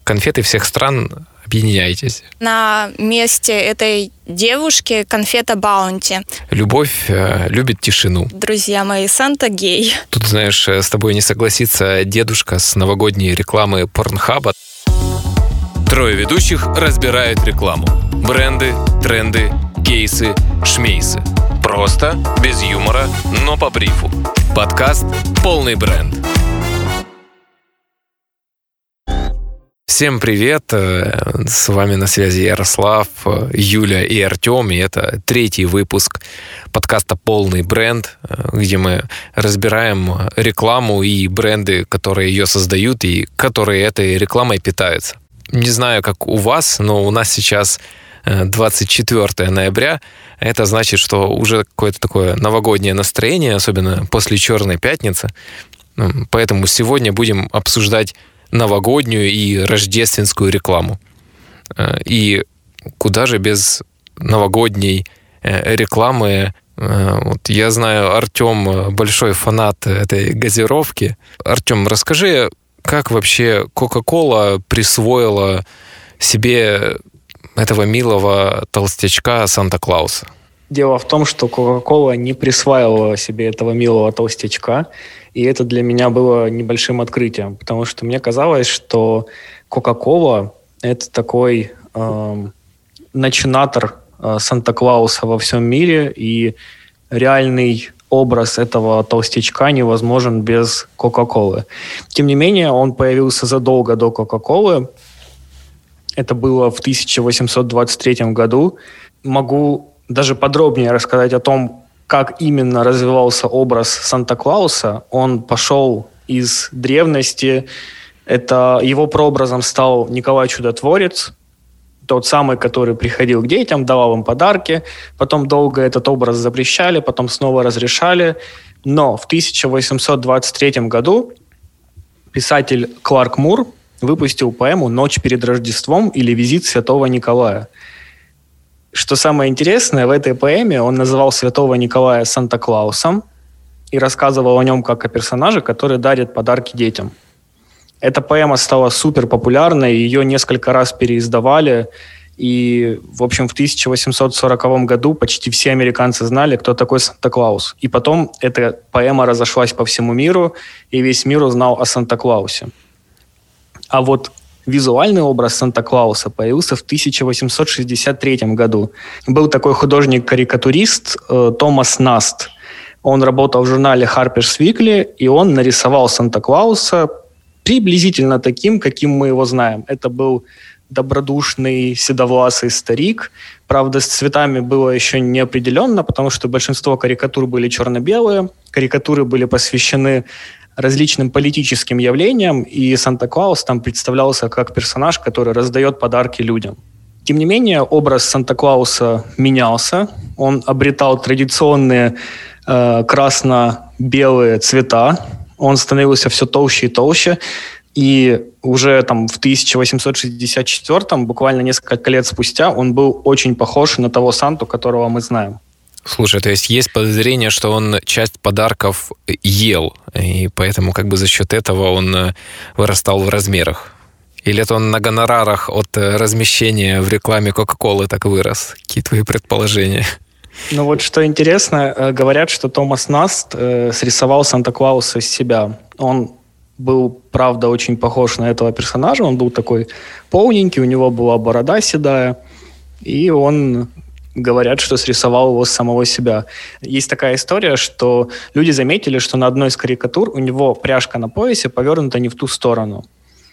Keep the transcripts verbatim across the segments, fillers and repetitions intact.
конфеты всех стран, объединяйтесь. На месте этой девушки конфета Баунти. Любовь э, любит тишину. Друзья мои, Санта гей. Тут, знаешь, с тобой не согласится дедушка с новогодней рекламы Порнхаба. Трое ведущих разбирают рекламу. Бренды, тренды, кейсы, шмейсы. Просто, без юмора, но по брифу. Подкаст «Полный бренд». Всем привет! С вами на связи Ярослав, Юля и Артем. И это третий выпуск подкаста «Полный бренд», где мы разбираем рекламу и бренды, которые ее создают и которые этой рекламой питаются. Не знаю, как у вас, но у нас сейчас двадцать четвёртое ноября. Это значит, что уже какое-то такое новогоднее настроение, особенно после Черной пятницы. Поэтому сегодня будем обсуждать новогоднюю и рождественскую рекламу. И куда же без новогодней рекламы. Вот я знаю, Артем большой фанат этой газировки. Артем, расскажи, как вообще Кока-Кола присвоила себе этого милого толстячка Санта-Клауса? Дело в том, что Кока-Кола не присваивала себе этого милого толстячка, и это для меня было небольшим открытием, потому что мне казалось, что Кока-Кола – это такой э, начинатор э, Санта-Клауса во всем мире, и реальный образ этого толстячка невозможен без Кока-Колы. Тем не менее, он появился задолго до Кока-Колы. Это было в тысяча восемьсот двадцать третьем году. Могу даже подробнее рассказать о том, как именно развивался образ Санта-Клауса. Он пошел из древности. Это его прообразом стал Николай Чудотворец, тот самый, который приходил к детям, давал им подарки. Потом долго этот образ запрещали, потом снова разрешали. Но в тысяча восемьсот двадцать третьем году писатель Кларк Мур выпустил поэму «Ночь перед Рождеством» или «Визит святого Николая». Что самое интересное, в этой поэме он называл святого Николая Санта-Клаусом и рассказывал о нем как о персонаже, который дарит подарки детям. Эта поэма стала супер популярной, ее несколько раз переиздавали, и, в общем, в тысяча восемьсот сороковом году почти все американцы знали, кто такой Санта-Клаус. И потом эта поэма разошлась по всему миру, и весь мир узнал о Санта-Клаусе. А вот визуальный образ Санта-Клауса появился в тысяча восемьсот шестьдесят третьем году. Был такой художник-карикатурист э, Томас Наст. Он работал в журнале Harper's Weekly, и он нарисовал Санта-Клауса приблизительно таким, каким мы его знаем. Это был добродушный, седовласый старик. Правда, с цветами было еще не определенно, потому что большинство карикатур были черно-белые. Карикатуры были посвящены различным политическим явлениям, и Санта-Клаус там представлялся как персонаж, который раздает подарки людям. Тем не менее, образ Санта-Клауса менялся. Он обретал традиционные э, красно-белые цвета. Он становился все толще и толще. И уже там в тысяча восемьсот шестьдесят четвёртом, буквально несколько лет спустя, он был очень похож на того Санту, которого мы знаем. Слушай, то есть есть подозрение, что он часть подарков ел, и поэтому как бы за счет этого он вырастал в размерах? Или это он на гонорарах от размещения в рекламе Кока-Колы так вырос? Какие твои предположения? Ну вот что интересно, говорят, что Томас Наст срисовал Санта-Клауса из себя. Он был, правда, очень похож на этого персонажа, он был такой полненький, у него была борода седая, и он... Говорят, что срисовал его с самого себя. Есть такая история, что люди заметили, что на одной из карикатур у него пряжка на поясе повернута не в ту сторону.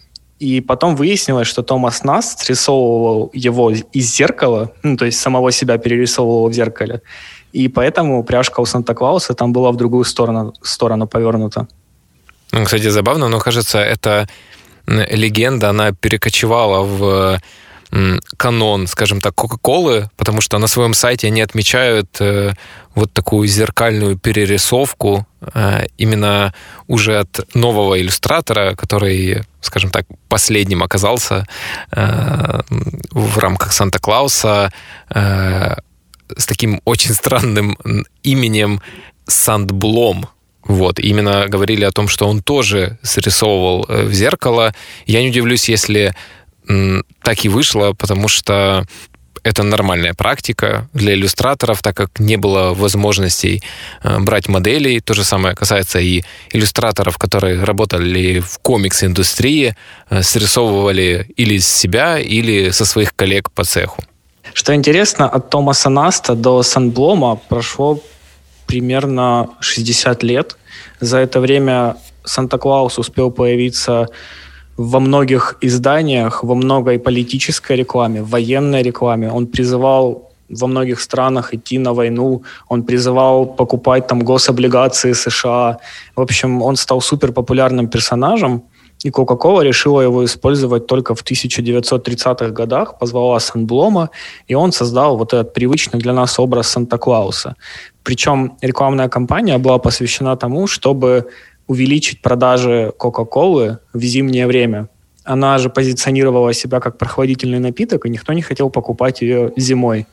И потом выяснилось, что Томас Наст срисовывал его из зеркала, ну, то есть самого себя перерисовывал в зеркале. И поэтому пряжка у Санта-Клауса там была в другую сторону, сторону повернута. Ну, кстати, забавно, но, кажется, эта легенда, она перекочевала в канон, скажем так, Кока-Колы, потому что на своем сайте они отмечают э, вот такую зеркальную перерисовку э, именно уже от нового иллюстратора, который, скажем так, последним оказался э, в рамках Санта-Клауса э, с таким очень странным именем Сандблом. Вот, именно говорили о том, что он тоже срисовывал в зеркало. Я не удивлюсь, если так и вышло, потому что это нормальная практика для иллюстраторов, так как не было возможностей брать моделей. То же самое касается и иллюстраторов, которые работали в комикс-индустрии, срисовывали или с себя, или со своих коллег по цеху. Что интересно, от Томаса Наста до Сандблома прошло примерно шестьдесят лет. За это время Санта-Клаус успел появиться во многих изданиях, во многой политической рекламе, военной рекламе. Он призывал во многих странах идти на войну, он призывал покупать там гособлигации США. В общем, он стал суперпопулярным персонажем, и Coca-Cola решила его использовать только в тысяча девятьсот тридцатых годах, позвала Сандблома, и он создал вот этот привычный для нас образ Санта-Клауса. Причем рекламная кампания была посвящена тому, чтобы увеличить продажи Кока-Колы в зимнее время. Она же позиционировала себя как прохладительный напиток, и никто не хотел покупать ее зимой.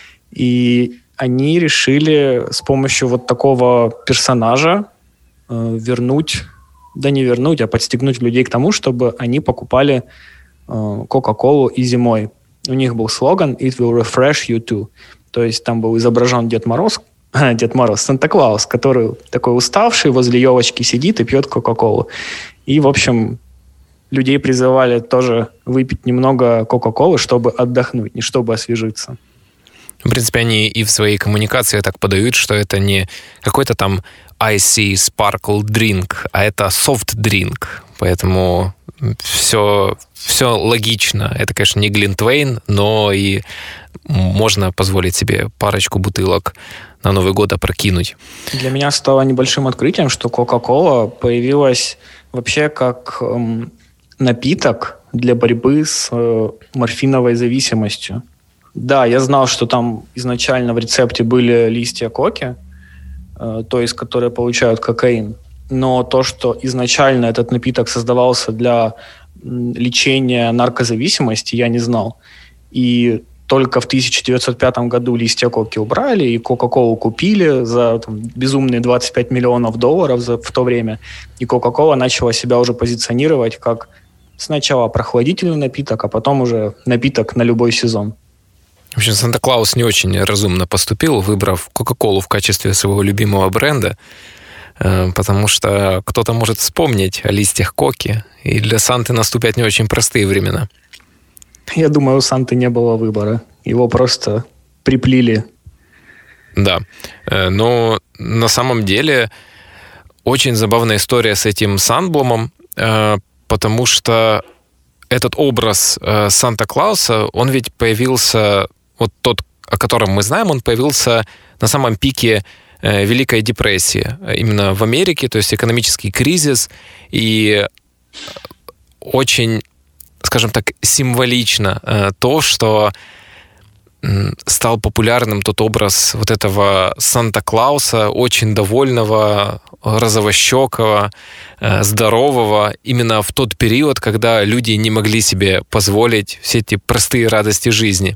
И они решили с помощью вот такого персонажа э, вернуть, да не вернуть, а подстегнуть людей к тому, чтобы они покупали э, Кока-Колу и зимой. У них был слоган «It will refresh you too». То есть там был изображен Дед Мороз, Дед Мороз, Санта-Клаус, который такой уставший, возле елочки сидит и пьет Кока-Колу. И, в общем, людей призывали тоже выпить немного Кока-Колы, чтобы отдохнуть, не чтобы освежиться. В принципе, они и в своей коммуникации так подают, что это не какой-то там icy sparkle drink, а это soft drink. Поэтому все, все логично. Это, конечно, не глинтвейн, но и можно позволить себе парочку бутылок на Новый год опрокинуть. Для меня стало небольшим открытием, что Кока-Кола появилась вообще как эм, напиток для борьбы с э, морфиновой зависимостью. Да, я знал, что там изначально в рецепте были листья коки, э, то есть которые получают кокаин. Но то, что изначально этот напиток создавался для лечения наркозависимости, я не знал. И только в тысяча девятьсот пятом году листья коки убрали, и Кока-Колу купили за там, безумные двадцать пять миллионов долларов за, в то время. И Кока-Кола начала себя уже позиционировать как сначала прохладительный напиток, а потом уже напиток на любой сезон. В общем, Санта-Клаус не очень разумно поступил, выбрав Кока-Колу в качестве своего любимого бренда, потому что кто-то может вспомнить о листьях коки, и для Санты наступят не очень простые времена. Я думаю, у Санты не было выбора. Его просто приплели. Да. Но на самом деле очень забавная история с этим Сандбломом, потому что этот образ Санта-Клауса, он ведь появился, вот тот, о котором мы знаем, он появился на самом пике Великой депрессии. Именно в Америке, то есть экономический кризис, и очень, скажем так, символично э, то, что э, стал популярным тот образ вот этого Санта-Клауса, очень довольного, розовощекого, э, здорового, именно в тот период, когда люди не могли себе позволить все эти простые радости жизни.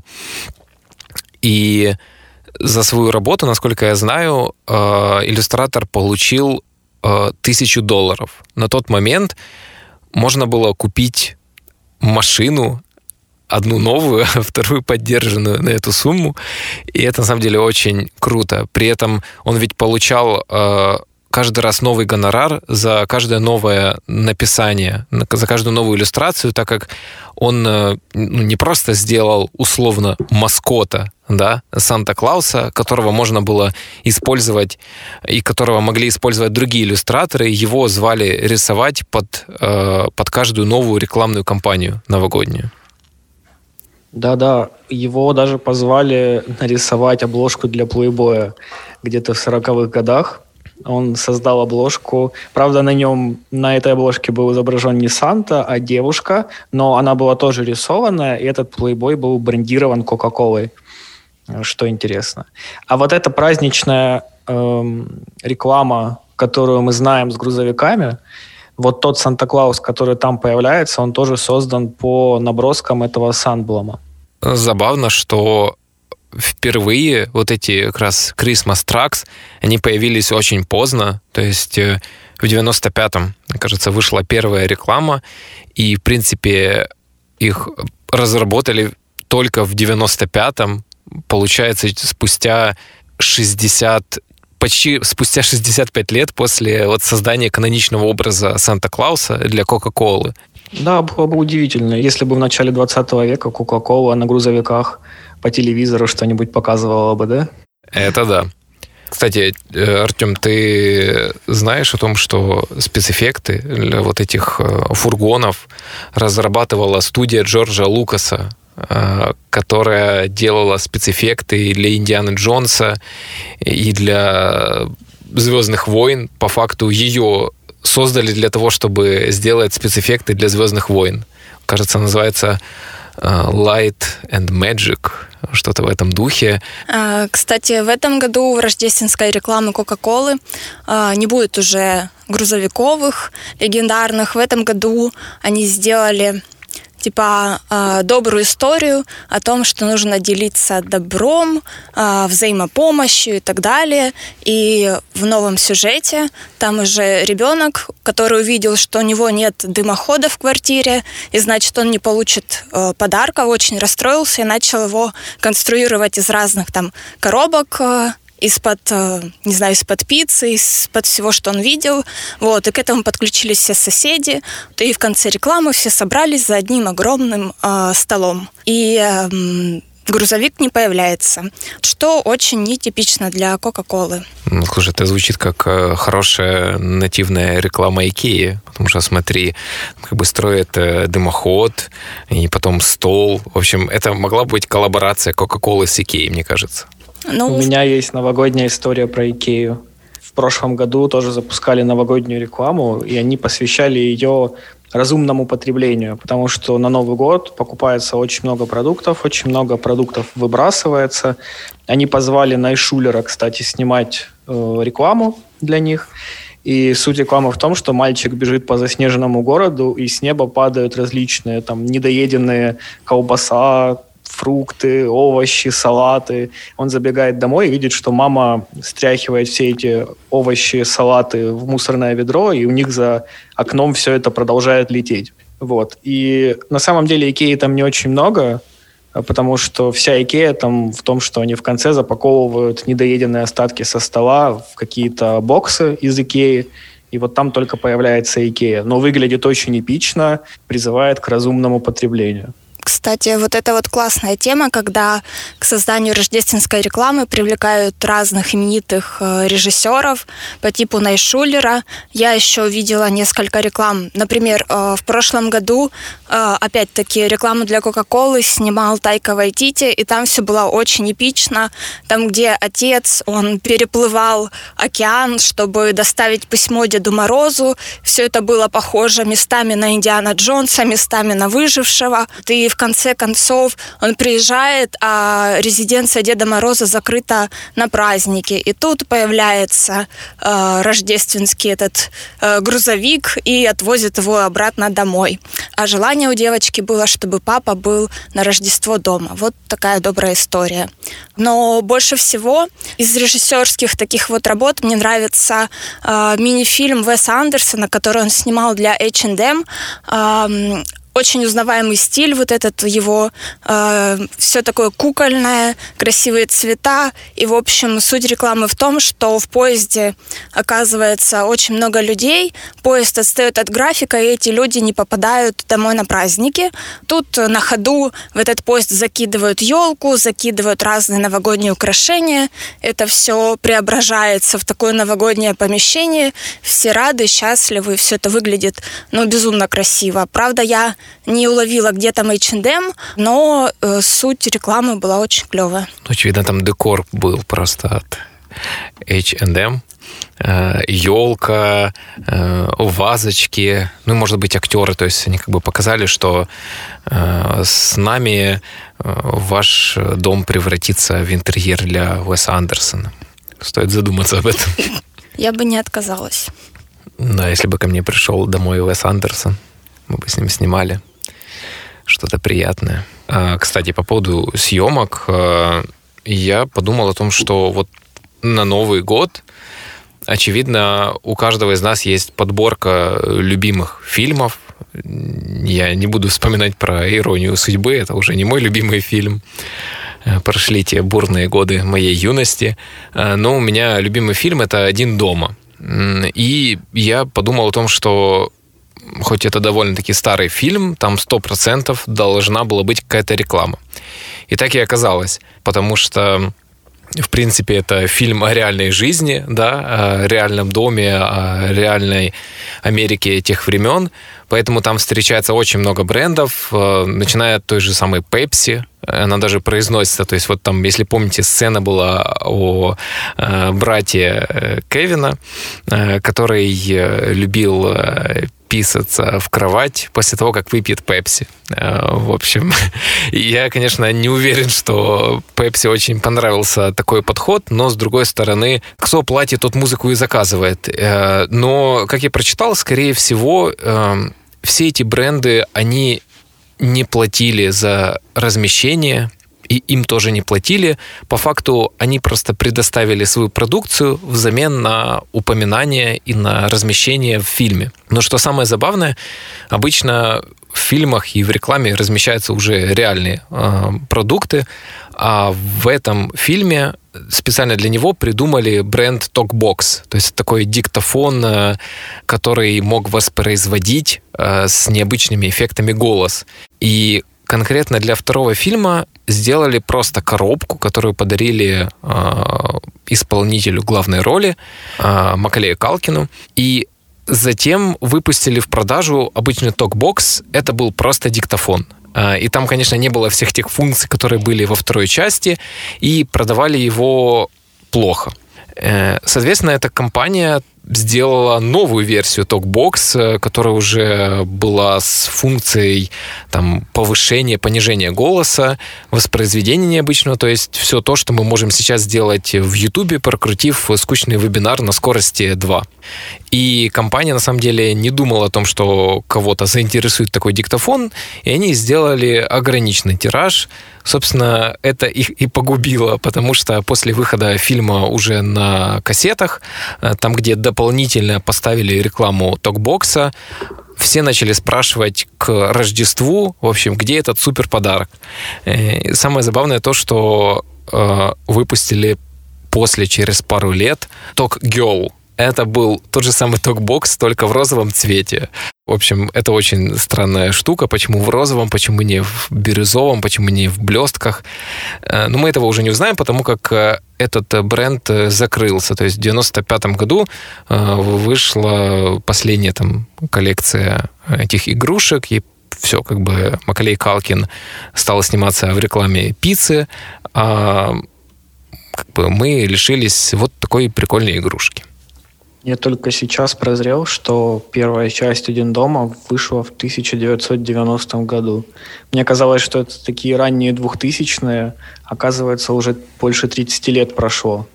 И за свою работу, насколько я знаю, э, иллюстратор получил э, тысячу долларов. На тот момент можно было купить машину, одну новую, вторую поддержанную на эту сумму, и это на самом деле очень круто. При этом он ведь получал э, каждый раз новый гонорар за каждое новое написание, за каждую новую иллюстрацию, так как он э, не просто сделал условно маскота, да, Санта-Клауса, которого можно было использовать и которого могли использовать другие иллюстраторы, его звали рисовать под, э, под каждую новую рекламную кампанию новогоднюю. Да-да, его даже позвали нарисовать обложку для Playboy где-то в сороковых годах. Он создал обложку. Правда, на нем, на этой обложке был изображен не Санта, а девушка, но она была тоже рисованная, и этот Playboy был брендирован Кока-Колой, что интересно. А вот эта праздничная эм, реклама, которую мы знаем с грузовиками, вот тот Санта-Клаус, который там появляется, он тоже создан по наброскам этого Сандблома. Забавно, что впервые вот эти как раз Christmas Trucks, они появились очень поздно, то есть в девяносто пятом, мне кажется, вышла первая реклама, и, в принципе, их разработали только в девяносто пятом, получается, спустя шестьдесят, почти спустя шестьдесят пять лет после вот создания каноничного образа Санта-Клауса для Кока-Колы. Да, было бы удивительно, если бы в начале двадцатого века Кока-Кола на грузовиках по телевизору что-нибудь показывала бы, да? Это да. Кстати, Артем, ты знаешь о том, что спецэффекты для вот этих фургонов разрабатывала студия Джорджа Лукаса, которая делала спецэффекты для Индианы Джонса и для «Звездных войн». По факту ее создали для того, чтобы сделать спецэффекты для «Звездных войн». Кажется, называется Light and Magic, что-то в этом духе. Кстати, в этом году в рождественской рекламе Кока-Колы не будет уже грузовиковых, легендарных. В этом году они сделали типа добрую историю о том, что нужно делиться добром, взаимопомощью и так далее. И в новом сюжете там уже ребенок, который увидел, что у него нет дымохода в квартире, и значит, он не получит подарка, очень расстроился и начал его конструировать из разных там коробок, из-под, не знаю, из-под пиццы, из-под всего, что он видел. Вот, и к этому подключились все соседи. И в конце рекламы все собрались за одним огромным э, столом. И э, грузовик не появляется, что очень нетипично для Кока-Колы. Ну, слушай, это звучит как хорошая нативная реклама Икеи, потому что, смотри, как бы строят дымоход, и потом стол. В общем, это могла быть коллаборация Кока-Колы с Икеей, мне кажется. Ну, у меня есть новогодняя история про Икею. В прошлом году тоже запускали новогоднюю рекламу, и они посвящали ее разумному потреблению, потому что на Новый год покупается очень много продуктов, очень много продуктов выбрасывается. Они позвали Найшулера, кстати, снимать э, рекламу для них. И суть рекламы в том, что мальчик бежит по заснеженному городу, и с неба падают различные там недоеденные колбаса, фрукты, овощи, салаты. Он забегает домой и видит, что мама стряхивает все эти овощи, салаты в мусорное ведро, и у них за окном все это продолжает лететь. Вот. И на самом деле Икеи там не очень много, потому что вся Икея там в том, что они в конце запаковывают недоеденные остатки со стола в какие-то боксы из Икеи, и вот там только появляется Икея. Но выглядит очень эпично, призывает к разумному потреблению. Кстати, вот это вот классная тема, когда к созданию рождественской рекламы привлекают разных именитых режиссеров по типу Найшулера. Я еще видела несколько реклам. Например, в прошлом году, опять-таки, рекламу для Кока-Колы снимал Тайка Вайтити, и там все было очень эпично. Там, где отец, он переплывал океан, чтобы доставить письмо Деду Морозу. Все это было похоже местами на Индиана Джонса, местами на Выжившего. И в конце концов он приезжает, а резиденция Деда Мороза закрыта на праздники. И тут появляется э, рождественский этот э, грузовик и отвозит его обратно домой. А желание у девочки было, чтобы папа был на Рождество дома. Вот такая добрая история. Но больше всего из режиссерских таких вот работ мне нравится э, мини-фильм Уэса Андерсона, который он снимал для эйч энд эм. Э, Очень узнаваемый стиль, вот этот его, э, все такое кукольное, красивые цвета. И, в общем, суть рекламы в том, что в поезде оказывается очень много людей, поезд отстает от графика, и эти люди не попадают домой на праздники. Тут на ходу в этот поезд закидывают елку, закидывают разные новогодние украшения. Это все преображается в такое новогоднее помещение. Все рады, счастливы, все это выглядит, ну, безумно красиво. Правда, я не уловила, где там эйч энд эм, но э, суть рекламы была очень клевая. Очевидно, там декор был просто от эйч энд эм. Елка, вазочки, ну, может быть, актеры, то есть они как бы показали, что с нами ваш дом превратится в интерьер для Уэса Андерсона. Стоит задуматься об этом. Я бы не отказалась. Да, если бы ко мне пришел домой Уэс Андерсон, мы бы с ним снимали что-то приятное. Кстати, по поводу съемок, я подумал о том, что вот на Новый год, очевидно, у каждого из нас есть подборка любимых фильмов, Я не буду вспоминать про «Иронию судьбы», это уже не мой любимый фильм. Прошли те бурные годы моей юности. Но у меня любимый фильм — это «Один дома». И я подумал о том, что хоть это довольно-таки старый фильм, там сто процентов должна была быть какая-то реклама. И так и оказалось, потому что, в принципе, это фильм о реальной жизни, да, о реальном доме, о реальной Америке тех времен, поэтому там встречается очень много брендов, начиная от той же самой Pepsi. Она даже произносится, то есть вот там, если помните, сцена была о э, брате Кевина, э, который любил э, писаться в кровать после того, как выпьет Пепси. Э, в общем, я, конечно, не уверен, что Пепси очень понравился такой подход, но, с другой стороны, кто платит, тот музыку и заказывает. Э, но, как я прочитал, скорее всего, э, все эти бренды, они не платили за размещение, и им тоже не платили. По факту они просто предоставили свою продукцию взамен на упоминание и на размещение в фильме. Но что самое забавное, обычно в фильмах и в рекламе размещаются уже реальные э, продукты, а в этом фильме специально для него придумали бренд TalkBox. То есть такой диктофон, э, который мог воспроизводить э, с необычными эффектами голос. И конкретно для второго фильма сделали просто коробку, которую подарили э, исполнителю главной роли э, Маколею Калкину. И затем выпустили в продажу обычный TalkBox. Это был просто диктофон. И там, конечно, не было всех тех функций, которые были во второй части, и продавали его плохо. Соответственно, эта компания сделала новую версию TalkBox, которая уже была с функцией там, повышения, понижения голоса, воспроизведения необычного, то есть все то, что мы можем сейчас сделать в YouTube, прокрутив скучный вебинар на скорости два. И компания, на самом деле, не думала о том, что кого-то заинтересует такой диктофон, и они сделали ограниченный тираж. Собственно, это их и погубило, потому что после выхода фильма уже на кассетах, там, где дополнительно поставили рекламу TalkBox, все начали спрашивать к Рождеству, в общем, где этот супер подарок. И самое забавное то, что э, выпустили после, через пару лет, TalkGirl. Это был тот же самый TalkBox, только в розовом цвете. В общем, это очень странная штука. Почему в розовом, почему не в бирюзовом, почему не в блестках. Но мы этого уже не узнаем, потому как этот бренд закрылся. То есть в девяносто пятом году вышла последняя там коллекция этих игрушек, и все, как бы Маколей Калкин стал сниматься в рекламе пиццы, а как бы мы лишились вот такой прикольной игрушки. Я только сейчас прозрел, что первая часть «Один дома» вышла в тысяча девятьсот девяностом году. Мне казалось, что это такие ранние двухтысячные. Оказывается, уже больше тридцать лет прошло.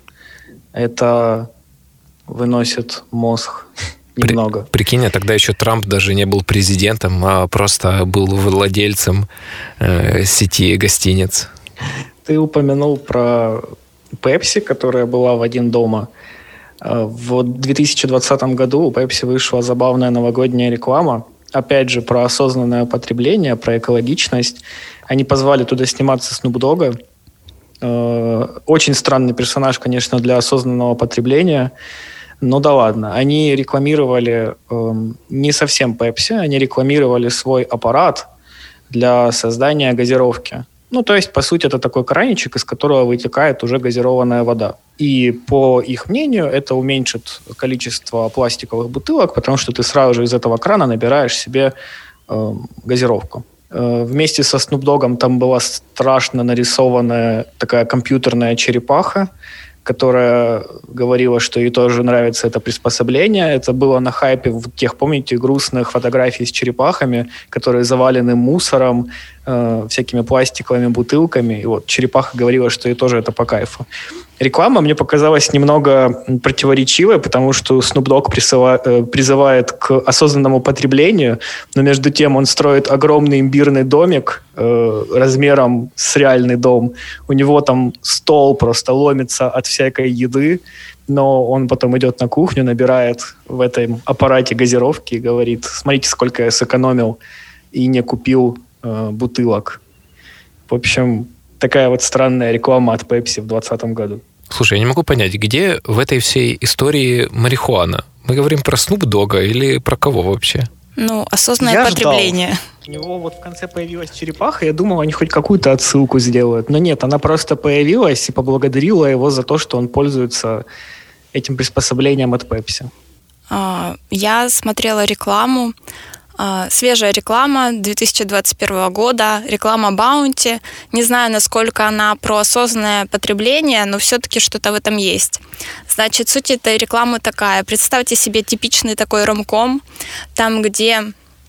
Это выносит мозг немного. При, прикинь, а тогда еще Трамп даже не был президентом, а просто был владельцем э, сети гостиниц. Ты упомянул про Pepsi, которая была в «Один дома». В две тысячи двадцатом году у Pepsi вышла забавная новогодняя реклама. Опять же, про осознанное потребление, про экологичность. Они позвали туда сниматься Snoop Dogg. Очень странный персонаж, конечно, для осознанного потребления. Но да ладно. Они рекламировали не совсем Pepsi, они рекламировали свой аппарат для создания газировки. Ну, то есть, по сути, это такой краничек, из которого вытекает уже газированная вода. И, по их мнению, это уменьшит количество пластиковых бутылок, потому что ты сразу же из этого крана набираешь себе э, газировку. Э, вместе со Snoop Dogg'ом там была страшно нарисованная такая компьютерная черепаха, которая говорила, что ей тоже нравится это приспособление. Это было на хайпе тех, помните, грустных фотографий с черепахами, которые завалены мусором, э, всякими пластиковыми бутылками. И вот черепаха говорила, что ей тоже это по кайфу. Реклама мне показалась немного противоречивой, потому что Snoop Dogg присыла, э, призывает к осознанному потреблению, но между тем он строит огромный имбирный домик э, размером с реальный дом. У него там стол просто ломится от всякой еды, но он потом идет на кухню, набирает в этом аппарате газировки и говорит: смотрите, сколько я сэкономил и не купил э, бутылок. В общем, такая вот странная реклама от Pepsi в двадцатом году. Слушай, я не могу понять, где в этой всей истории марихуана? Мы говорим про Snoop Dogg или про кого вообще? Ну, осознанное я потребление. Ждал. У него вот в конце появилась черепаха, я думал, они хоть какую-то отсылку сделают. Но нет, она просто появилась и поблагодарила его за то, что он пользуется этим приспособлением от Pepsi. Я смотрела рекламу. Свежая реклама две тысячи двадцать первого года, реклама Bounty. Не знаю, насколько она про осознанное потребление, но все-таки что-то в этом есть. Значит, суть этой рекламы такая. Представьте себе типичный такой ромком, там, где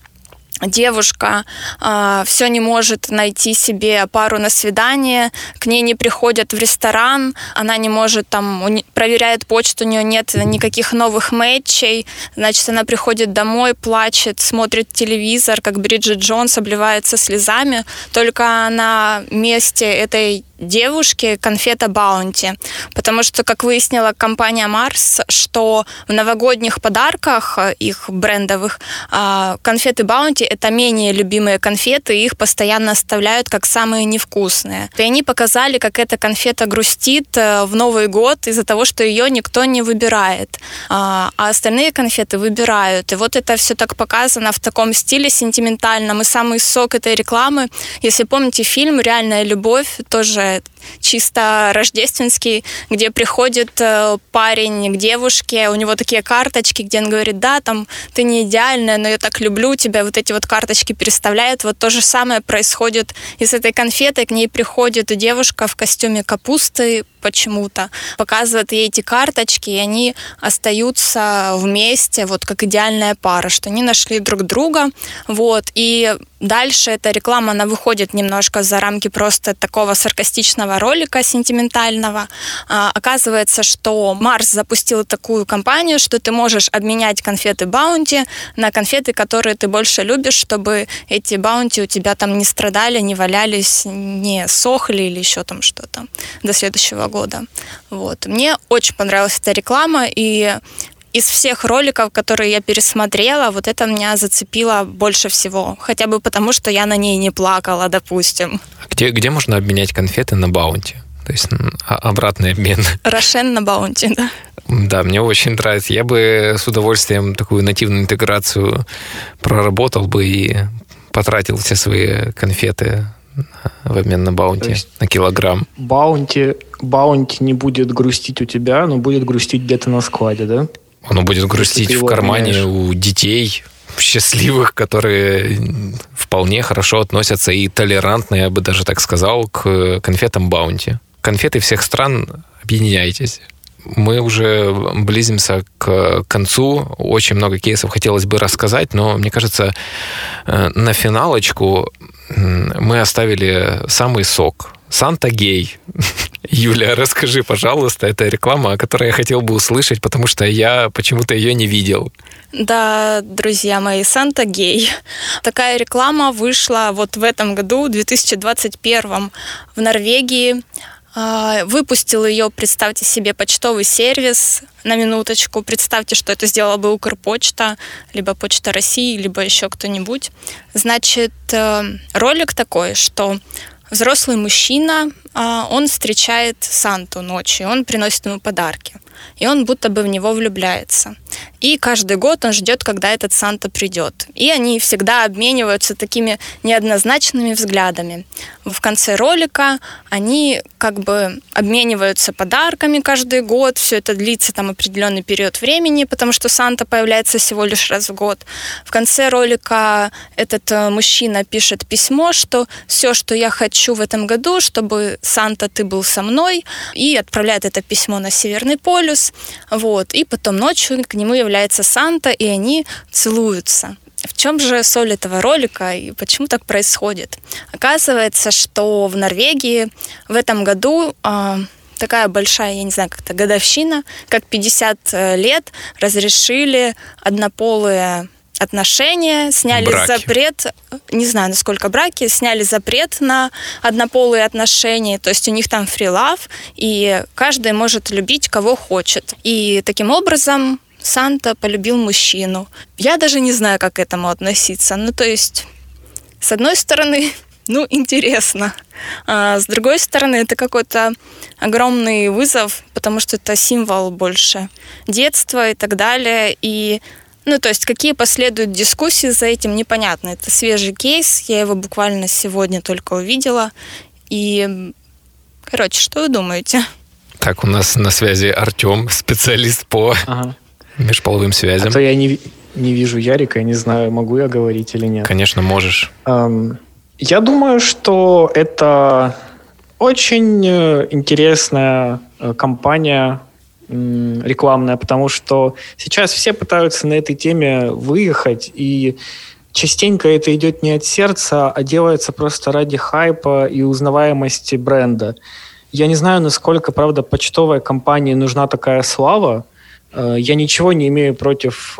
девушка э, все не может найти себе пару на свидание, к ней не приходят в ресторан, она не может там, у, проверяет почту, у нее нет никаких новых мэтчей, значит, она приходит домой, плачет, смотрит телевизор, как Бриджит Джонс, обливается слезами, только на месте этой девушки конфета Bounty, потому что, как выяснила компания Mars, что в новогодних подарках их брендовых конфеты Bounty — это менее любимые конфеты, и их постоянно оставляют как самые невкусные. И они показали, как эта конфета грустит в Новый год из-за того, что ее никто не выбирает, а остальные конфеты выбирают. И вот это все так показано в таком стиле сентиментальном. И самый сок этой рекламы, если помните фильм «Реальная любовь», тоже чисто рождественский, где приходит парень к девушке, у него такие карточки, где он говорит: да, там, ты не идеальная, но я так люблю тебя, вот эти вот карточки переставляет. Вот то же самое происходит и с этой конфетой. К ней приходит девушка в костюме капусты почему-то, показывает ей эти карточки, и они остаются вместе, вот как идеальная пара, что они нашли друг друга, вот, и дальше эта реклама, она выходит немножко за рамки просто такого саркастичного ролика сентиментального. А, оказывается, что Марс запустил такую кампанию, что ты можешь обменять конфеты Bounty на конфеты, которые ты больше любишь, чтобы эти Bounty у тебя там не страдали, не валялись, не сохли или еще там что-то до следующего года. Вот. Мне очень понравилась эта реклама, и из всех роликов, которые я пересмотрела, вот это меня зацепило больше всего. Хотя бы потому, что я на ней не плакала, допустим. Где, где можно обменять конфеты на Bounty? То есть обратный обмен. Рошен на Bounty, да. Да, мне очень нравится. Я бы с удовольствием такую нативную интеграцию проработал бы и потратил все свои конфеты в обмен на Bounty, на килограмм. Bounty, Bounty не будет грустить у тебя, но будет грустить где-то на складе, да? Оно будет грустить в кармане обменяешь. У детей счастливых, которые вполне хорошо относятся и толерантно, я бы даже так сказал, к конфетам Bounty. Конфеты всех стран, объединяйтесь. Мы уже близимся к концу. Очень много кейсов хотелось бы рассказать, но, мне кажется, на финалочку мы оставили самый сок. Санта Гей. Юля, расскажи, пожалуйста, это реклама, о которой я хотел бы услышать, потому что я почему-то ее не видел. Да, друзья мои, Санта Гей. Такая реклама вышла вот в этом году, в две тысячи двадцать первом, в Норвегии. Выпустил ее, представьте себе, почтовый сервис, на минуточку. Представьте, что это сделала бы Укрпочта, либо Почта России, либо еще кто-нибудь. Значит, ролик такой, что взрослый мужчина, он встречает Санту ночью, он приносит ему подарки, и он будто бы в него влюбляется. И каждый год он ждет, когда этот Санта придет. И они всегда обмениваются такими неоднозначными взглядами. В конце ролика они как бы обмениваются подарками каждый год. Все это длится там определенный период времени, потому что Санта появляется всего лишь раз в год. В конце ролика этот мужчина пишет письмо, что все, что я хочу в этом году, чтобы Санта, ты был со мной, и отправляет это письмо на Северный полюс. Вот. И потом ночью к нему является Санта, и они целуются. в чем же соль этого ролика и почему так происходит? Оказывается, что в Норвегии в этом году э, такая большая, я не знаю, как-то годовщина, как пятьдесят лет разрешили однополые отношения, сняли браки. запрет, не знаю, насколько браки, сняли запрет на однополые отношения, то есть у них там free love, и каждый может любить, кого хочет. И таким образом Санта полюбил мужчину. Я даже не знаю, как к этому относиться. Ну, то есть, с одной стороны, ну, интересно. А с другой стороны, это какой-то огромный вызов, потому что это символ больше детства и так далее. И ну, то есть, какие последуют дискуссии за этим, непонятно. Это свежий кейс, я его буквально сегодня только увидела. И, короче, что вы думаете? Так, у нас на связи Артем, специалист по ага. межполовым связям. А то я не, не вижу Ярика, я не знаю, могу я говорить или нет. Конечно, можешь. Um, я думаю, что это очень интересная кампания рекламная, потому что сейчас все пытаются на этой теме выехать, и частенько это идет не от сердца, а делается просто ради хайпа и узнаваемости бренда. Я не знаю, насколько, правда, почтовой компании нужна такая слава. Я ничего не имею против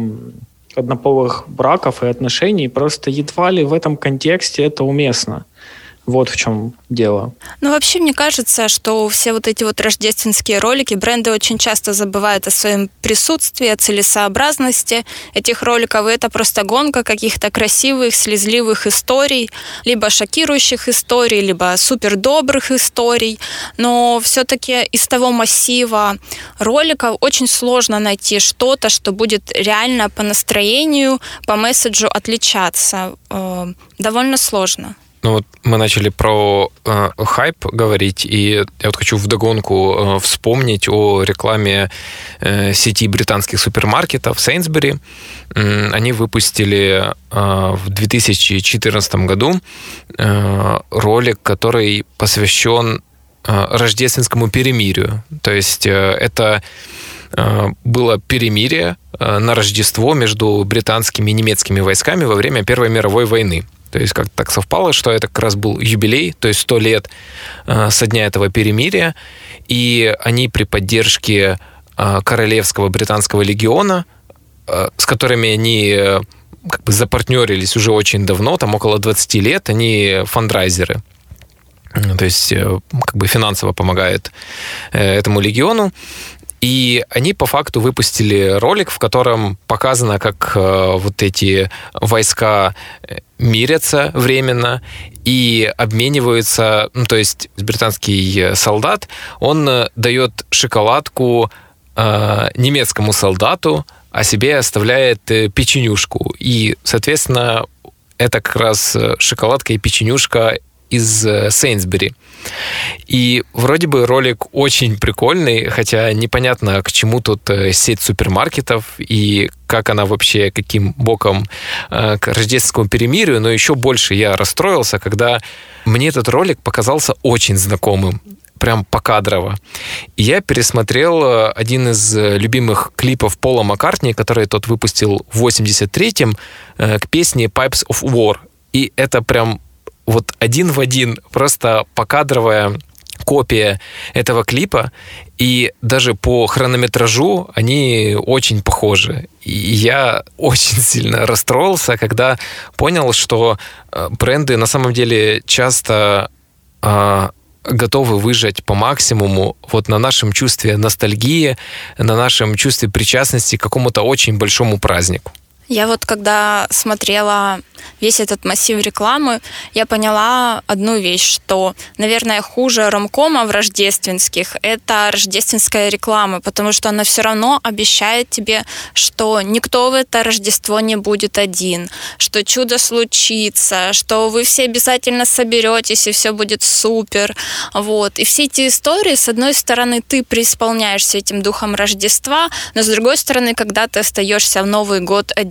однополых браков и отношений, просто едва ли в этом контексте это уместно. Вот в чем дело. Ну, вообще, мне кажется, что все вот эти вот рождественские ролики, бренды очень часто забывают о своем присутствии, о целесообразности этих роликов, и это просто гонка каких-то красивых, слезливых историй, либо шокирующих историй, либо супердобрых историй, но все-таки из того массива роликов очень сложно найти что-то, что будет реально по настроению, по месседжу отличаться. Довольно сложно. Ну вот мы начали про э, хайп говорить, и я вот хочу вдогонку э, вспомнить о рекламе э, сети британских супермаркетов Сейнсбери. Э, они выпустили э, в две тысячи четырнадцатом году э, ролик, который посвящен э, рождественскому перемирию. То есть э, это э, было перемирие э, на Рождество между британскими и немецкими войсками во время Первой мировой войны. То есть как так совпало, что это как раз был юбилей, то есть сто лет э, со дня этого перемирия, и они при поддержке э, Королевского британского легиона, э, с которыми они э, как бы запартнерились уже очень давно, там около двадцать лет, они фандрайзеры, то есть э, как бы финансово помогают э, этому легиону. И они по факту выпустили ролик, в котором показано, как э, вот эти войска мирятся временно и обмениваются. Ну, то есть британский солдат, он дает шоколадку э, немецкому солдату, а себе оставляет печенюшку. И, соответственно, это как раз шоколадка и печенюшка из Сейнсбери. И вроде бы ролик очень прикольный, хотя непонятно, к чему тут сеть супермаркетов и как она вообще, каким боком к рождественскому перемирию, но еще больше я расстроился, когда мне этот ролик показался очень знакомым, прям покадрово. И я пересмотрел один из любимых клипов Пола Маккартни, который тот выпустил в восемьдесят третьем, к песне Pipes of War. И это прям вот один в один, просто покадровая копия этого клипа, и даже по хронометражу они очень похожи. И я очень сильно расстроился, когда понял, что бренды на самом деле часто э, готовы выжать по максимуму вот на нашем чувстве ностальгии, на нашем чувстве причастности к какому-то очень большому празднику. Я вот когда смотрела весь этот массив рекламы, я поняла одну вещь, что, наверное, хуже ромкомов рождественских – это рождественская реклама, потому что она все равно обещает тебе, что никто в это Рождество не будет один, что чудо случится, что вы все обязательно соберетесь, и все будет супер. Вот. И все эти истории, с одной стороны, ты преисполняешься этим духом Рождества, но с другой стороны, когда ты остаешься в Новый год один,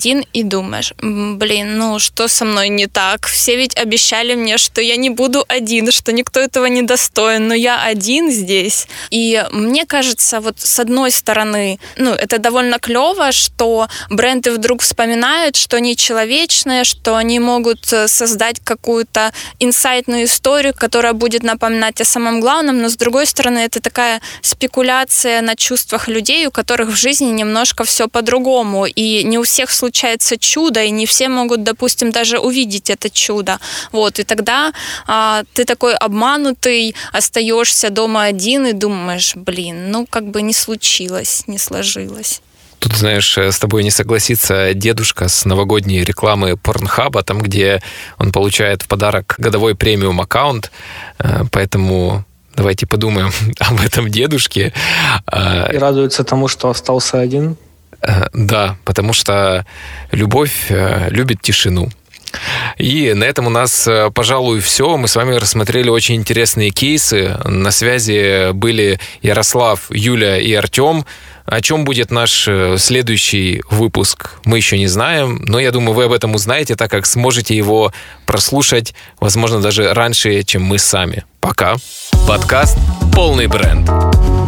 один и думаешь, блин, ну что со мной не так? Все ведь обещали мне, что я не буду один, что никто этого не достоин, но я один здесь. И мне кажется, вот с одной стороны, ну, это довольно клево, что бренды вдруг вспоминают, что они человечные, что они могут создать какую-то инсайтную историю, которая будет напоминать о самом главном, но с другой стороны, это такая спекуляция на чувствах людей, у которых в жизни немножко все по-другому, и не у всех случается чудо, и не все могут, допустим, даже увидеть это чудо. Вот, и тогда а, ты такой обманутый, остаешься дома один и думаешь, блин, ну как бы не случилось, не сложилось. Тут, знаешь, с тобой не согласится дедушка с новогодней рекламы Порнхаба, там, где он получает в подарок годовой премиум-аккаунт, поэтому давайте подумаем об этом дедушке. И радуется тому, что остался один. Да, потому что любовь любит тишину. И на этом у нас, пожалуй, все. Мы с вами рассмотрели очень интересные кейсы. На связи были Ярослав, Юля и Артем. О чем будет наш следующий выпуск, мы еще не знаем, но я думаю, вы об этом узнаете, так как сможете его прослушать, возможно, даже раньше, чем мы сами. Пока. Подкаст «Полный бренд».